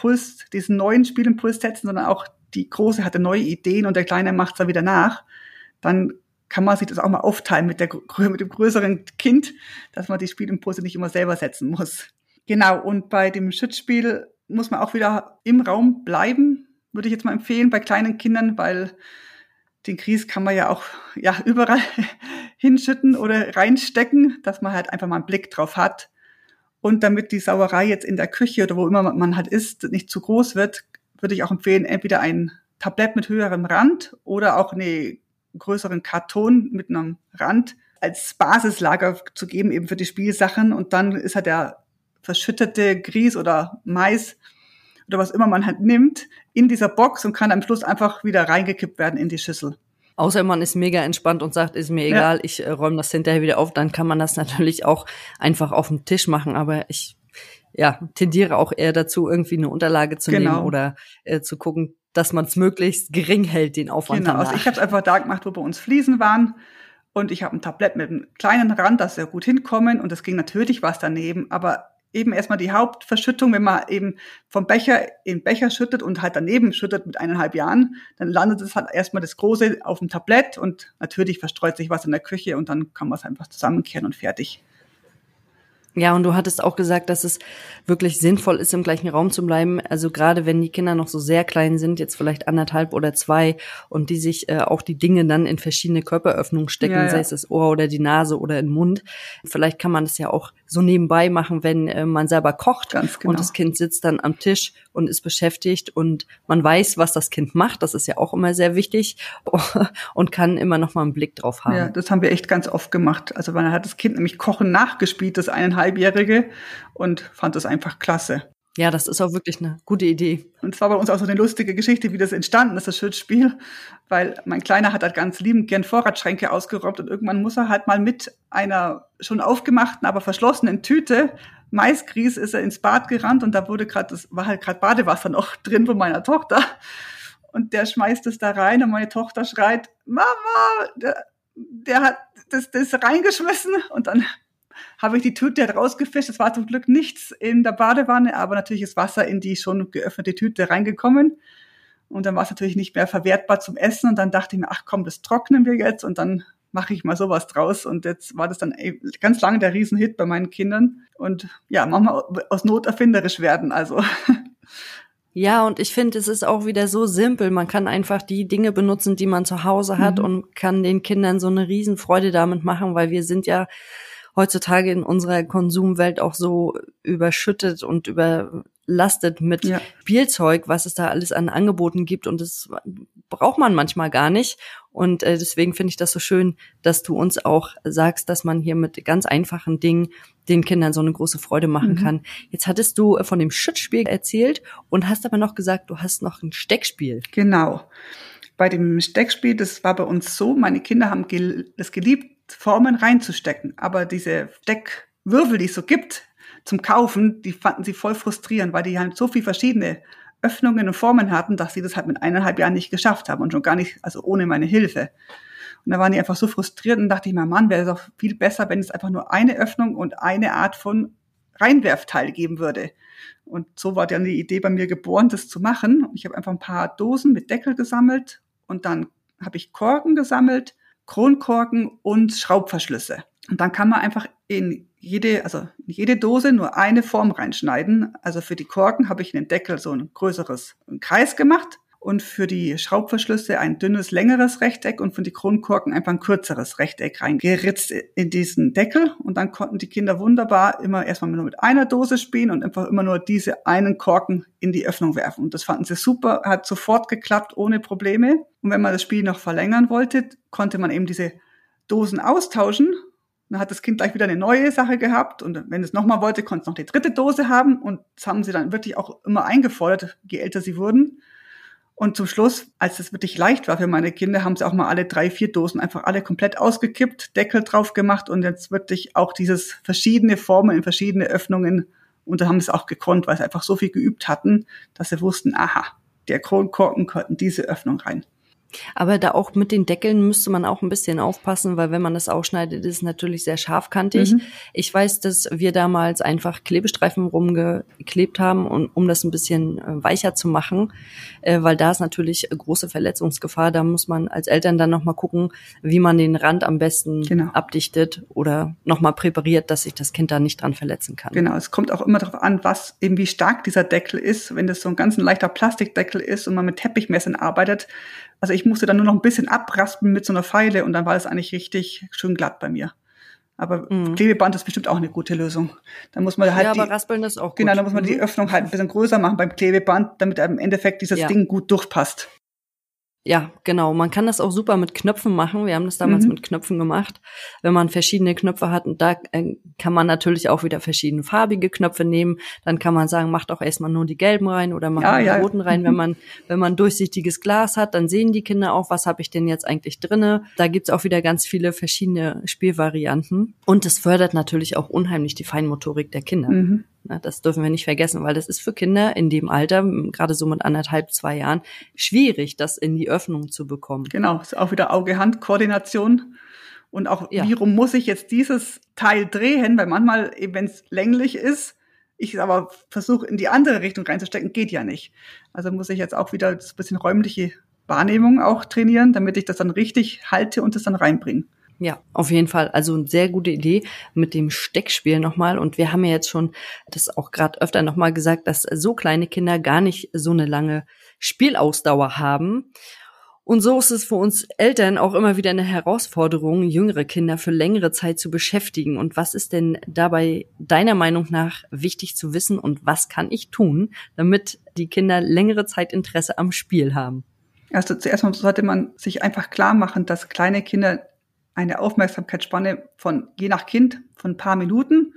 neuen Spielimpuls setzen, sondern auch die Große hatte neue Ideen und der Kleine macht's dann wieder nach. Dann kann man sich das auch mal aufteilen mit dem größeren Kind, dass man die Spielimpulse nicht immer selber setzen muss. Genau, und bei dem Schützspiel muss man auch wieder im Raum bleiben, würde ich jetzt mal empfehlen, bei kleinen Kindern, weil den Grieß kann man ja auch überall hinschütten oder reinstecken, dass man halt einfach mal einen Blick drauf hat. Und damit die Sauerei jetzt in der Küche oder wo immer man halt isst, nicht zu groß wird, würde ich auch empfehlen, entweder ein Tablett mit höherem Rand oder auch einen größeren Karton mit einem Rand als Basislager zu geben, eben für die Spielsachen. Und dann ist halt der verschüttete Grieß oder Mais oder was immer man halt nimmt, in dieser Box und kann am Schluss einfach wieder reingekippt werden in die Schüssel.
Außer man ist mega entspannt und sagt, ist mir egal, ich räume das hinterher wieder auf, dann kann man das natürlich auch einfach auf dem Tisch machen. Aber ich tendiere auch eher dazu, irgendwie eine Unterlage zu nehmen oder zu gucken, dass man es möglichst gering hält, den Aufwand danach.
Also ich habe es einfach da gemacht, wo bei uns Fliesen waren. Und ich habe ein Tablett mit einem kleinen Rand, dass wir gut hinkommen. Und es ging natürlich was daneben, aber eben erstmal die Hauptverschüttung, wenn man eben vom Becher in Becher schüttet und halt daneben schüttet mit 1,5 Jahren, dann landet es halt erstmal das Große auf dem Tablett und natürlich verstreut sich was in der Küche und dann kann man es einfach zusammenkehren und fertig.
Ja, und du hattest auch gesagt, dass es wirklich sinnvoll ist, im gleichen Raum zu bleiben. Also gerade wenn die Kinder noch so sehr klein sind, jetzt vielleicht 1,5 oder 2 und die sich auch die Dinge dann in verschiedene Körperöffnungen stecken, sei es das Ohr oder die Nase oder den Mund. Vielleicht kann man das ja auch so nebenbei machen, wenn man selber kocht.
Ganz genau.
Und das Kind sitzt dann am Tisch und ist beschäftigt und man weiß, was das Kind macht. Das ist ja auch immer sehr wichtig und kann immer noch mal einen Blick drauf haben.
Ja, das haben wir echt ganz oft gemacht. Also man hat das Kind nämlich Kochen nachgespielt, das 1,5-Jährige, und fand das einfach klasse.
Ja, das ist auch wirklich eine gute Idee.
Und es war bei uns auch so eine lustige Geschichte, wie das entstanden ist, das Schützspiel, weil mein Kleiner hat halt ganz liebend gern Vorratsschränke ausgeräumt und irgendwann muss er halt mal mit einer schon aufgemachten, aber verschlossenen Tüte Maisgrieß ist er ins Bad gerannt und da war halt gerade Badewasser noch drin von meiner Tochter. Und der schmeißt es da rein und meine Tochter schreit, Mama, der hat das reingeschmissen. Und dann habe ich die Tüte rausgefischt. Es war zum Glück nichts in der Badewanne, aber natürlich ist Wasser in die schon geöffnete Tüte reingekommen. Und dann war es natürlich nicht mehr verwertbar zum Essen. Und dann dachte ich mir, ach komm, das trocknen wir jetzt und dann mache ich mal sowas draus. Und jetzt war das dann ganz lange der Riesenhit bei meinen Kindern. Und ja, manchmal aus Not erfinderisch werden, also.
Ja, und ich finde, es ist auch wieder so simpel. Man kann einfach die Dinge benutzen, die man zu Hause hat und kann den Kindern so eine Riesenfreude damit machen, weil wir sind ja heutzutage in unserer Konsumwelt auch so überschüttet und überlastet mit Spielzeug, was es da alles an Angeboten gibt und das braucht man manchmal gar nicht und deswegen finde ich das so schön, dass du uns auch sagst, dass man hier mit ganz einfachen Dingen den Kindern so eine große Freude machen kann. Jetzt hattest du von dem Schützspiel erzählt und hast aber noch gesagt, du hast noch ein Steckspiel.
Genau. Bei dem Steckspiel, das war bei uns so, meine Kinder haben das geliebt, Formen reinzustecken. Aber diese Steckwürfel, die es so gibt zum Kaufen, die fanden sie voll frustrierend, weil die halt so viele verschiedene Öffnungen und Formen hatten, dass sie das halt mit 1,5 Jahren nicht geschafft haben und schon gar nicht, also ohne meine Hilfe. Und da waren die einfach so frustriert und dachte ich mir, Mann, wäre es doch viel besser, wenn es einfach nur eine Öffnung und eine Art von Reinwerfteil geben würde. Und so war dann die Idee bei mir geboren, das zu machen. Ich habe einfach ein paar Dosen mit Deckel gesammelt und dann habe ich Korken gesammelt, Kronkorken und Schraubverschlüsse. Und dann kann man einfach in jede Dose nur eine Form reinschneiden. Also für die Korken habe ich in den Deckel so ein größeres Kreis gemacht und für die Schraubverschlüsse ein dünnes, längeres Rechteck und für die Kronkorken einfach ein kürzeres Rechteck reingeritzt in diesen Deckel. Und dann konnten die Kinder wunderbar immer erstmal nur mit einer Dose spielen und einfach immer nur diese einen Korken in die Öffnung werfen. Und das fanden sie super, hat sofort geklappt, ohne Probleme. Und wenn man das Spiel noch verlängern wollte, konnte man eben diese Dosen austauschen. Dann hat das Kind gleich wieder eine neue Sache gehabt und wenn es nochmal wollte, konnte es noch die 3. Dose haben und das haben sie dann wirklich auch immer eingefordert, je älter sie wurden. Und zum Schluss, als es wirklich leicht war für meine Kinder, haben sie auch mal alle 3, 4 Dosen einfach alle komplett ausgekippt, Deckel drauf gemacht und jetzt wirklich auch dieses verschiedene Formen in verschiedene Öffnungen und da haben sie es auch gekonnt, weil sie einfach so viel geübt hatten, dass sie wussten, aha, der Kronkorken gehört in diese Öffnung rein.
Aber da auch mit den Deckeln müsste man auch ein bisschen aufpassen, weil wenn man das ausschneidet, ist es natürlich sehr scharfkantig. Ich weiß, dass wir damals einfach Klebestreifen rumgeklebt haben, um das ein bisschen weicher zu machen, weil da ist natürlich große Verletzungsgefahr. Da muss man als Eltern dann nochmal gucken, wie man den Rand am besten abdichtet oder nochmal präpariert, dass sich das Kind da nicht dran verletzen kann.
Genau, es kommt auch immer darauf an, wie stark dieser Deckel ist. Wenn das so ein ganz leichter Plastikdeckel ist und man mit Teppichmessern arbeitet, also ich musste dann nur noch ein bisschen abraspeln mit so einer Feile und dann war das eigentlich richtig schön glatt bei mir. Aber Klebeband ist bestimmt auch eine gute Lösung. Dann muss man halt
aber Raspeln ist auch gut.
Genau, dann muss man die Öffnung halt ein bisschen größer machen beim Klebeband, damit im Endeffekt dieses Ding gut durchpasst.
Ja, genau. Man kann das auch super mit Knöpfen machen. Wir haben das damals mit Knöpfen gemacht. Wenn man verschiedene Knöpfe hat, und da kann man natürlich auch wieder verschiedene farbige Knöpfe nehmen. Dann kann man sagen, mach doch erstmal nur die gelben rein oder mach die roten rein. Wenn man durchsichtiges Glas hat, dann sehen die Kinder auch, was habe ich denn jetzt eigentlich drinne. Da gibt's auch wieder ganz viele verschiedene Spielvarianten. Und es fördert natürlich auch unheimlich die Feinmotorik der Kinder. Das dürfen wir nicht vergessen, weil das ist für Kinder in dem Alter, gerade so mit 1,5, 2 Jahren, schwierig, das in die Öffnung zu bekommen.
Genau, ist auch wieder Auge-Hand-Koordination. Und auch, wie rum muss ich jetzt dieses Teil drehen, weil manchmal, wenn es länglich ist, ich es aber versuche, in die andere Richtung reinzustecken, geht ja nicht. Also muss ich jetzt auch wieder ein bisschen räumliche Wahrnehmung auch trainieren, damit ich das dann richtig halte und das dann reinbringe.
Ja, auf jeden Fall. Also eine sehr gute Idee mit dem Steckspiel nochmal. Und wir haben ja jetzt schon das auch gerade öfter nochmal gesagt, dass so kleine Kinder gar nicht so eine lange Spielausdauer haben. Und so ist es für uns Eltern auch immer wieder eine Herausforderung, jüngere Kinder für längere Zeit zu beschäftigen. Und was ist denn dabei deiner Meinung nach wichtig zu wissen und was kann ich tun, damit die Kinder längere Zeit Interesse am Spiel haben?
Also zuerst mal sollte man sich einfach klar machen, dass kleine Kinder eine Aufmerksamkeitsspanne von, je nach Kind, von ein paar Minuten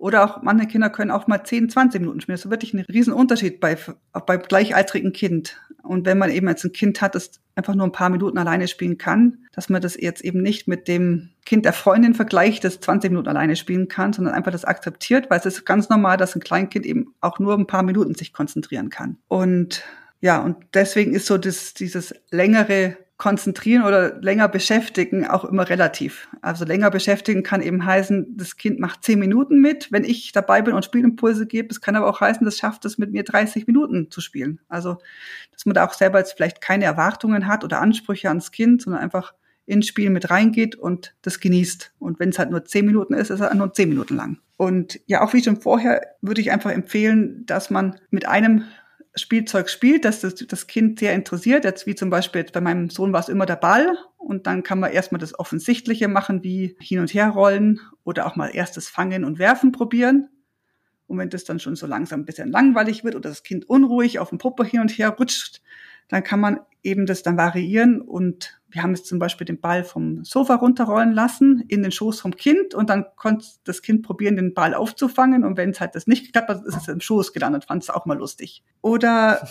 Oder auch manche Kinder können auch mal 10, 20 Minuten spielen. Das ist wirklich ein Riesenunterschied bei gleichaltrigen Kind. Und wenn man eben jetzt ein Kind hat, das einfach nur ein paar Minuten alleine spielen kann, dass man das jetzt eben nicht mit dem Kind der Freundin vergleicht, das 20 Minuten alleine spielen kann, sondern einfach das akzeptiert, weil es ist ganz normal, dass ein Kleinkind eben auch nur ein paar Minuten sich konzentrieren kann. Und ja, und deswegen ist so dieses längere Konzentrieren oder länger beschäftigen auch immer relativ. Also länger beschäftigen kann eben heißen, das Kind macht 10 Minuten mit, wenn ich dabei bin und Spielimpulse gebe. Es kann aber auch heißen, das schafft es mit mir 30 Minuten zu spielen. Also, dass man da auch selber jetzt vielleicht keine Erwartungen hat oder Ansprüche ans Kind, sondern einfach ins Spiel mit reingeht und das genießt. Und wenn es halt nur 10 Minuten ist es halt nur 10 Minuten lang. Und ja, auch wie schon vorher würde ich einfach empfehlen, dass man mit einem Spielzeug spielt, dass das Kind sehr interessiert. Jetzt wie zum Beispiel jetzt bei meinem Sohn war es immer der Ball und dann kann man erstmal das Offensichtliche machen, wie hin und her rollen oder auch mal erst das Fangen und Werfen probieren. Und wenn das dann schon so langsam ein bisschen langweilig wird oder das Kind unruhig auf dem Popo hin und her rutscht, dann kann man eben das dann variieren. Und wir haben jetzt zum Beispiel den Ball vom Sofa runterrollen lassen in den Schoß vom Kind und dann konnte das Kind probieren, den Ball aufzufangen. Und wenn es halt das nicht geklappt hat, ist es im Schoß gelandet. Fand es auch mal lustig. Oder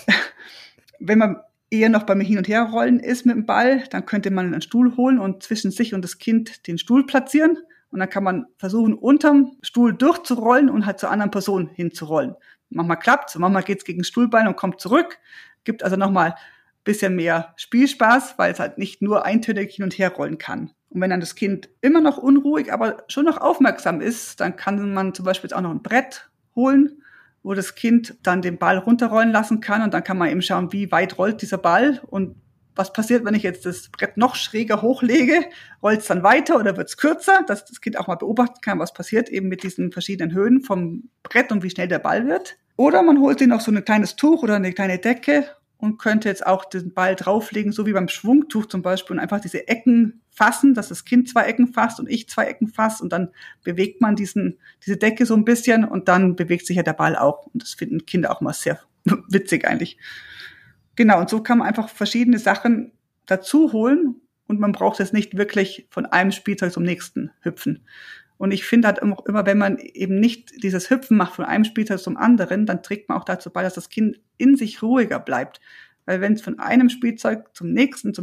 wenn man eher noch beim Hin- und Herrollen ist mit dem Ball, dann könnte man einen Stuhl holen und zwischen sich und das Kind den Stuhl platzieren. Und dann kann man versuchen, unterm Stuhl durchzurollen und halt zur anderen Person hinzurollen. Manchmal klappt's, manchmal geht's gegen den Stuhlbein und kommt zurück. Gibt also nochmal ein bisschen mehr Spielspaß, weil es halt nicht nur eintönig hin und her rollen kann. Und wenn dann das Kind immer noch unruhig, aber schon noch aufmerksam ist, dann kann man zum Beispiel jetzt auch noch ein Brett holen, wo das Kind dann den Ball runterrollen lassen kann. Und dann kann man eben schauen, wie weit rollt dieser Ball und was passiert, wenn ich jetzt das Brett noch schräger hochlege? Rollt es dann weiter oder wird es kürzer? Dass das Kind auch mal beobachten kann, was passiert eben mit diesen verschiedenen Höhen vom Brett und wie schnell der Ball wird. Oder man holt sich noch so ein kleines Tuch oder eine kleine Decke und könnte jetzt auch den Ball drauflegen, so wie beim Schwungtuch zum Beispiel, und einfach diese Ecken fassen, dass das Kind 2 Ecken fasst und ich 2 Ecken fasse und dann bewegt man diese Decke so ein bisschen und dann bewegt sich ja der Ball auch. Und das finden Kinder auch mal sehr witzig eigentlich. Genau, und so kann man einfach verschiedene Sachen dazu holen und man braucht jetzt nicht wirklich von einem Spielzeug zum nächsten hüpfen. Und ich finde halt immer, wenn man eben nicht dieses Hüpfen macht von einem Spielzeug zum anderen, dann trägt man auch dazu bei, dass das Kind in sich ruhiger bleibt. Weil wenn es von einem Spielzeug zum nächsten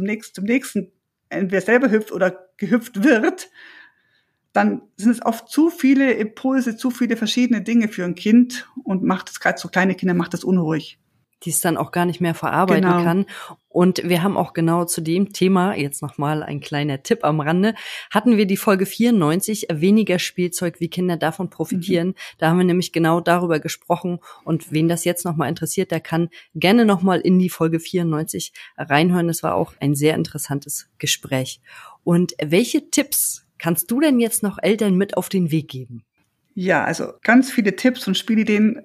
entweder selber hüpft oder gehüpft wird, dann sind es oft zu viele Impulse, zu viele verschiedene Dinge für ein Kind und macht es gerade so kleine Kinder, macht das unruhig.
Die es dann auch gar nicht mehr verarbeiten kann. Und wir haben auch genau zu dem Thema, jetzt nochmal ein kleiner Tipp am Rande, hatten wir die Folge 94, weniger Spielzeug, wie Kinder davon profitieren. Da haben wir nämlich genau darüber gesprochen. Und wen das jetzt nochmal interessiert, der kann gerne nochmal in die Folge 94 reinhören. Das war auch ein sehr interessantes Gespräch. Und welche Tipps kannst du denn jetzt noch Eltern mit auf den Weg geben?
Ja, also ganz viele Tipps und Spielideen,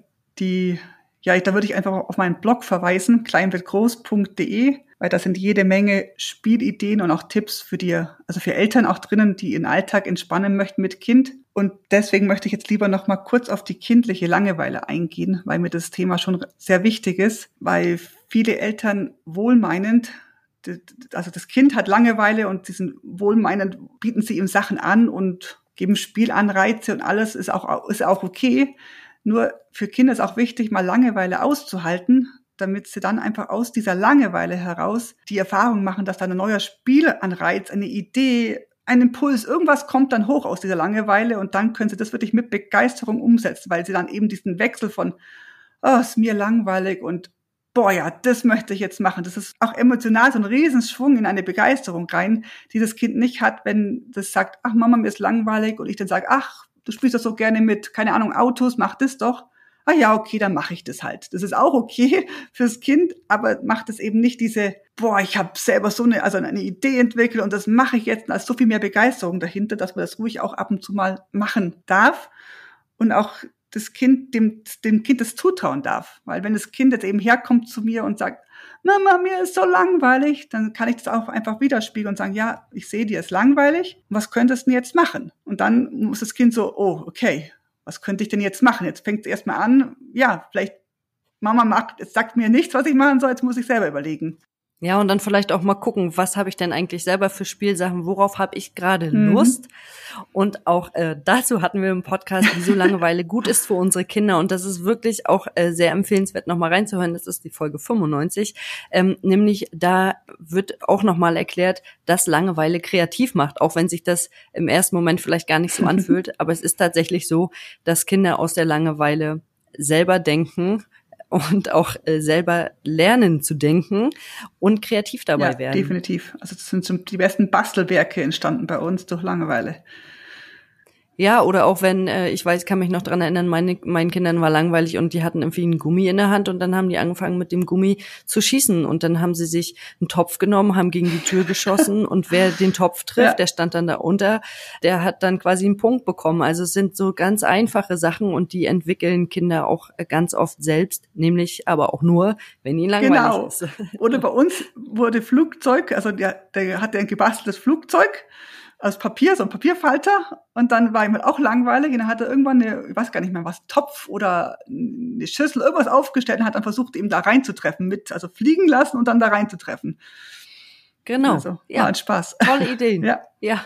da würde ich einfach auf meinen Blog verweisen, kleinwirdgroß.de, weil da sind jede Menge Spielideen und auch Tipps für Eltern auch drinnen, die ihren Alltag entspannen möchten mit Kind. Und deswegen möchte ich jetzt lieber noch mal kurz auf die kindliche Langeweile eingehen, weil mir das Thema schon sehr wichtig ist, weil viele Eltern wohlmeinend, also das Kind hat Langeweile und diesen wohlmeinend bieten sie ihm Sachen an und geben Spielanreize und alles ist auch okay. Nur für Kinder ist auch wichtig, mal Langeweile auszuhalten, damit sie dann einfach aus dieser Langeweile heraus die Erfahrung machen, dass da ein neuer Spielanreiz, eine Idee, ein Impuls, irgendwas kommt dann hoch aus dieser Langeweile und dann können sie das wirklich mit Begeisterung umsetzen, weil sie dann eben diesen Wechsel von, ist mir langweilig und boah, ja, das möchte ich jetzt machen. Das ist auch emotional so ein Riesenschwung in eine Begeisterung rein, die das Kind nicht hat, wenn das sagt, ach Mama, mir ist langweilig und ich dann sage, ach, du spielst doch so gerne mit, keine Ahnung, Autos, mach das doch. Ah ja, okay, dann mache ich das halt. Das ist auch okay fürs Kind, aber macht es eben nicht diese, ich habe selber eine Idee entwickelt und das mache ich jetzt. Da ist so viel mehr Begeisterung dahinter, dass man das ruhig auch ab und zu mal machen darf und auch das Kind, dem Kind das zutrauen darf. Weil wenn das Kind jetzt eben herkommt zu mir und sagt, Mama, mir ist so langweilig, dann kann ich das auch einfach widerspiegeln und sagen, ja, ich sehe, dir ist langweilig, was könntest du denn jetzt machen? Und dann muss das Kind so, okay, was könnte ich denn jetzt machen? Jetzt fängt es erstmal an, ja, vielleicht Mama jetzt sagt mir nichts, was ich machen soll, jetzt muss ich selber überlegen.
Ja, und dann vielleicht auch mal gucken, was habe ich denn eigentlich selber für Spielsachen, worauf habe ich gerade Lust? Und auch dazu hatten wir im Podcast, wieso Langeweile gut ist für unsere Kinder. Und das ist wirklich auch sehr empfehlenswert, nochmal reinzuhören. Das ist die Folge 95. Nämlich da wird auch nochmal erklärt, dass Langeweile kreativ macht, auch wenn sich das im ersten Moment vielleicht gar nicht so anfühlt. Aber es ist tatsächlich so, dass Kinder aus der Langeweile selber denken und auch selber lernen zu denken und kreativ dabei werden.
Ja, definitiv. Also es sind die besten Bastelwerke entstanden bei uns durch Langeweile.
Ja, oder auch wenn, kann mich noch dran erinnern, meinen Kindern war langweilig und die hatten irgendwie einen Gummi in der Hand und dann haben die angefangen mit dem Gummi zu schießen und dann haben sie sich einen Topf genommen, haben gegen die Tür geschossen und wer den Topf trifft, der stand dann da unter, der hat dann quasi einen Punkt bekommen. Also es sind so ganz einfache Sachen und die entwickeln Kinder auch ganz oft selbst, nämlich aber auch nur, wenn ihnen langweilig ist.
Oder bei uns wurde Flugzeug, also der hatte ein gebasteltes Flugzeug aus Papier, so ein Papierfalter, und dann war ihm auch langweilig und dann hat er irgendwann ich weiß gar nicht mehr was, Topf oder eine Schüssel, irgendwas aufgestellt und hat dann versucht, ihm da reinzutreffen, also fliegen lassen und dann da reinzutreffen.
Genau.
Also, war ein Spaß.
Tolle Ideen. Ja.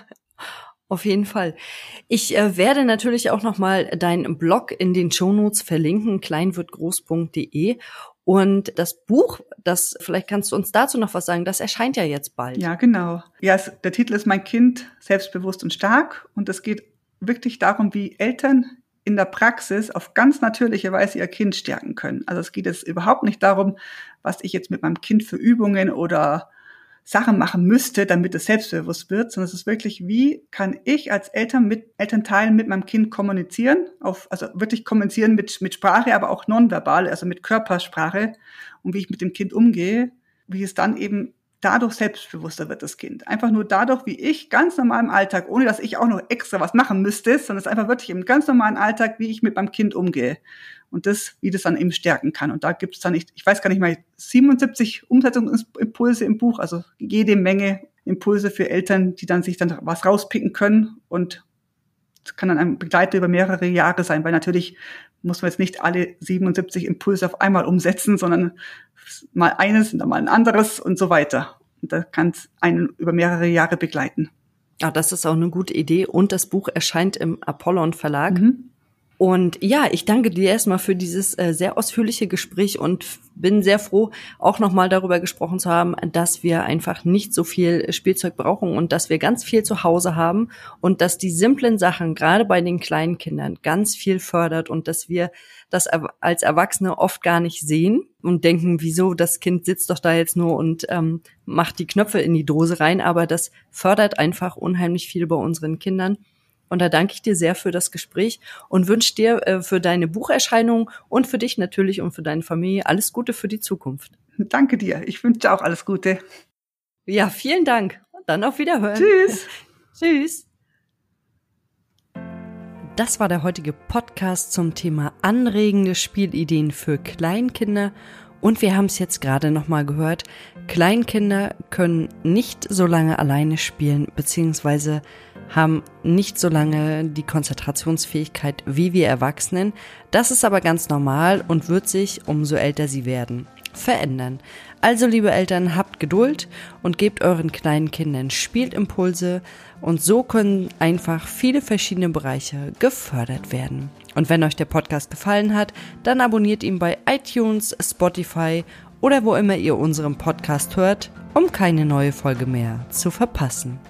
Auf jeden Fall. Ich werde natürlich auch nochmal deinen Blog in den Shownotes verlinken, kleinwirdgroß.de. Und das Buch, vielleicht kannst du uns dazu noch was sagen, das erscheint ja jetzt bald.
Ja, genau. Ja, der Titel ist Mein Kind, selbstbewusst und stark. Und es geht wirklich darum, wie Eltern in der Praxis auf ganz natürliche Weise ihr Kind stärken können. Also es geht jetzt überhaupt nicht darum, was ich jetzt mit meinem Kind für Übungen oder Sachen machen müsste, damit es selbstbewusst wird, sondern es ist wirklich, wie kann ich als Elternteil mit meinem Kind kommunizieren, also wirklich kommunizieren mit Sprache, aber auch nonverbal, also mit Körpersprache, und wie ich mit dem Kind umgehe, wie es dann eben dadurch selbstbewusster wird, das Kind. Einfach nur dadurch, wie ich ganz normal im Alltag, ohne dass ich auch noch extra was machen müsste, sondern es ist einfach wirklich im ganz normalen Alltag, wie ich mit meinem Kind umgehe. Und wie das dann eben stärken kann. Und da gibt es dann ich weiß gar nicht mal, 77 Umsetzungsimpulse im Buch, also jede Menge Impulse für Eltern, die dann sich dann was rauspicken können. Und das kann dann ein Begleiter über mehrere Jahre sein, weil natürlich muss man jetzt nicht alle 77 Impulse auf einmal umsetzen, sondern mal eines und dann mal ein anderes und so weiter. Und da kann es einen über mehrere Jahre begleiten.
Ah, das ist auch eine gute Idee. Und das Buch erscheint im Apollon Verlag. Und ja, ich danke dir erstmal für dieses sehr ausführliche Gespräch und bin sehr froh, auch nochmal darüber gesprochen zu haben, dass wir einfach nicht so viel Spielzeug brauchen und dass wir ganz viel zu Hause haben und dass die simplen Sachen, gerade bei den kleinen Kindern, ganz viel fördert und dass wir das als Erwachsene oft gar nicht sehen und denken, wieso, das Kind sitzt doch da jetzt nur und macht die Knöpfe in die Dose rein, aber das fördert einfach unheimlich viel bei unseren Kindern. Und da danke ich dir sehr für das Gespräch und wünsche dir für deine Bucherscheinung und für dich natürlich und für deine Familie alles Gute für die Zukunft.
Danke dir. Ich wünsche dir auch alles Gute.
Ja, vielen Dank. Dann auf Wiederhören.
Tschüss.
Tschüss. Das war der heutige Podcast zum Thema anregende Spielideen für Kleinkinder. Und wir haben es jetzt gerade nochmal gehört, Kleinkinder können nicht so lange alleine spielen, beziehungsweise haben nicht so lange die Konzentrationsfähigkeit wie wir Erwachsenen. Das ist aber ganz normal und wird sich, umso älter sie werden, verändern. Also, liebe Eltern, habt Geduld und gebt euren kleinen Kindern Spielimpulse und so können einfach viele verschiedene Bereiche gefördert werden. Und wenn euch der Podcast gefallen hat, dann abonniert ihn bei iTunes, Spotify oder wo immer ihr unseren Podcast hört, um keine neue Folge mehr zu verpassen.